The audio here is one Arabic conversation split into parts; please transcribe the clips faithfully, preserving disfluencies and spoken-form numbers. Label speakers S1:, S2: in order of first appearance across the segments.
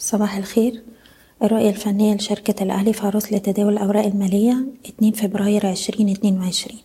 S1: صباح الخير. الرؤية الفنية لشركة الأهلي فارس لتداول الأوراق المالية اتنين فبراير عشرين اتنين وعشرين.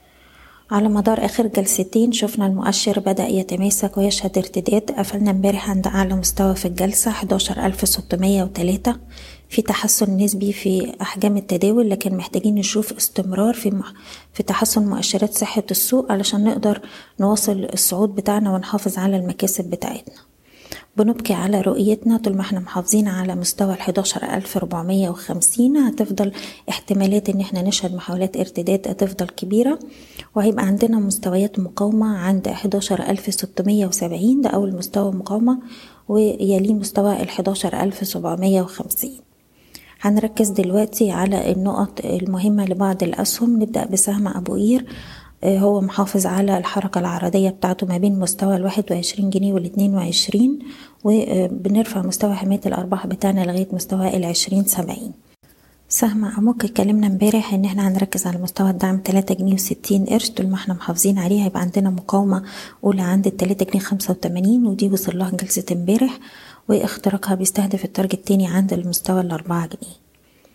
S1: على مدار آخر جلستين شفنا المؤشر بدأ يتماسك ويشهد ارتداد. قفلنا امبارح عند أعلى مستوى في الجلسة حداشر ألف ستمية وتلاتة، في تحسن نسبي في أحجام التداول، لكن محتاجين نشوف استمرار في مح... في تحسن مؤشرات صحة السوق علشان نقدر نواصل الصعود بتاعنا ونحافظ على المكاسب بتاعتنا. بنبكي على رؤيتنا طول ما احنا محافظين على مستوى الحداشر ألف ربعمية وخمسين، هتفضل احتمالات ان احنا نشهد محاولات ارتداد هتفضل كبيرة، وهيبقى عندنا مستويات مقاومة عند حداشر ألف ستمية وسبعين، ده اول مستوى مقاومة، ويليه مستوى الحداشر ألف سبعمية وخمسين. هنركز دلوقتي على النقط المهمة لبعض الأسهم. نبدأ بسهم أبو قير، هو محافظ على الحركة العرضية بتاعته ما بين مستوى الواحد وعشرين جنيه والاتنين وعشرين، وبنرفع مستوى حماية الأرباح بتاعنا لغاية مستوى العشرين سبعين. سهم أموك اتكلمنا امبارح ان احنا هنركز على مستوى الدعم تلاتة جنيه وستين قرش، طول ما احنا محافظين عليه هيبقى عندنا مقاومة أولى عند التلاتة جنيه خمسة وتمانين، ودي وصل لها جلسة امبارح، واختراقها بيستهدف التارجت التاني عند المستوى الأربعة جنيه.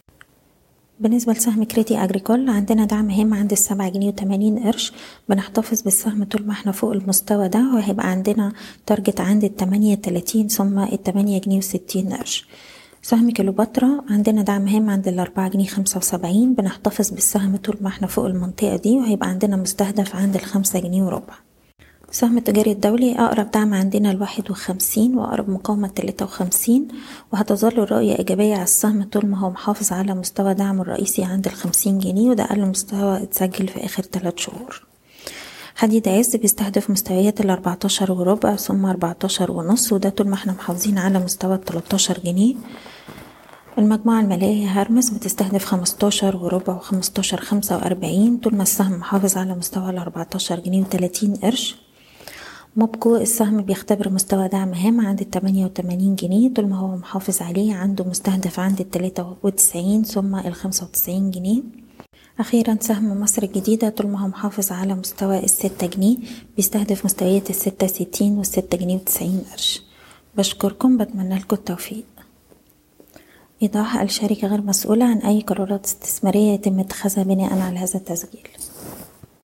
S1: بالنسبة لسهم كريتي أجريكول عندنا دعم هام عند السبعة جنيه وتمانين قرش، بنحتفظ بالسهم طول ما احنا فوق المستوى ده، وهيبقى عندنا تارجت عند التمانية تلاتين ثم التمانية جنيه وستين قرش. سهم كيلوباترا عندنا دعم هام عند الأربعة جنيه خمسة وسبعين، بنحتفظ بالسهم طول ما احنا فوق المنطقة دي، وهيبقى عندنا مستهدف عند الخمسة جنيه وربع. سهم التجاري الدولي أقرب دعم عندنا الواحد وخمسين، وأقرب مقاومة تلاتة وخمسين، وهتظل الرؤية إيجابية على السهم طول ما هو محافظ على مستوى دعمه الرئيسي عند الخمسين جنيه، وده أقل مستوى اتسجل في آخر تلات شهور. حديد عز بيستهدف مستويات الأربعتاشر وربع ثم أربعتاشر ونص، وده طول ما احنا محافظين على مستوى التلاتاشر جنيه. المجموعة المالية هرمس بتستهدف خمستاشر وربع وخمستاشر خمسة وأربعين، طول ما السهم محافظ على مستوى الأربعتاشر جنيه وتلاتين قرش. موبكو السهم بيختبر مستوى دعم هام عند التمانية وتمانين جنيه، طول ما هو محافظ عليه عنده مستهدف عند التلاتة وتسعين ثم الخمسة وتسعين جنيه. أخيرا سهم مصر الجديدة طول ما هو محافظ على مستوى الستة جنيه، بيستهدف مستويات الستة ستين والستة جنيه وتسعين قرش. بشكركم، بتمنى لكم التوفيق. إيضاح: الشركة غير مسؤولة عن أي قرارات استثمارية يتم اتخاذها بناء على هذا التسجيل.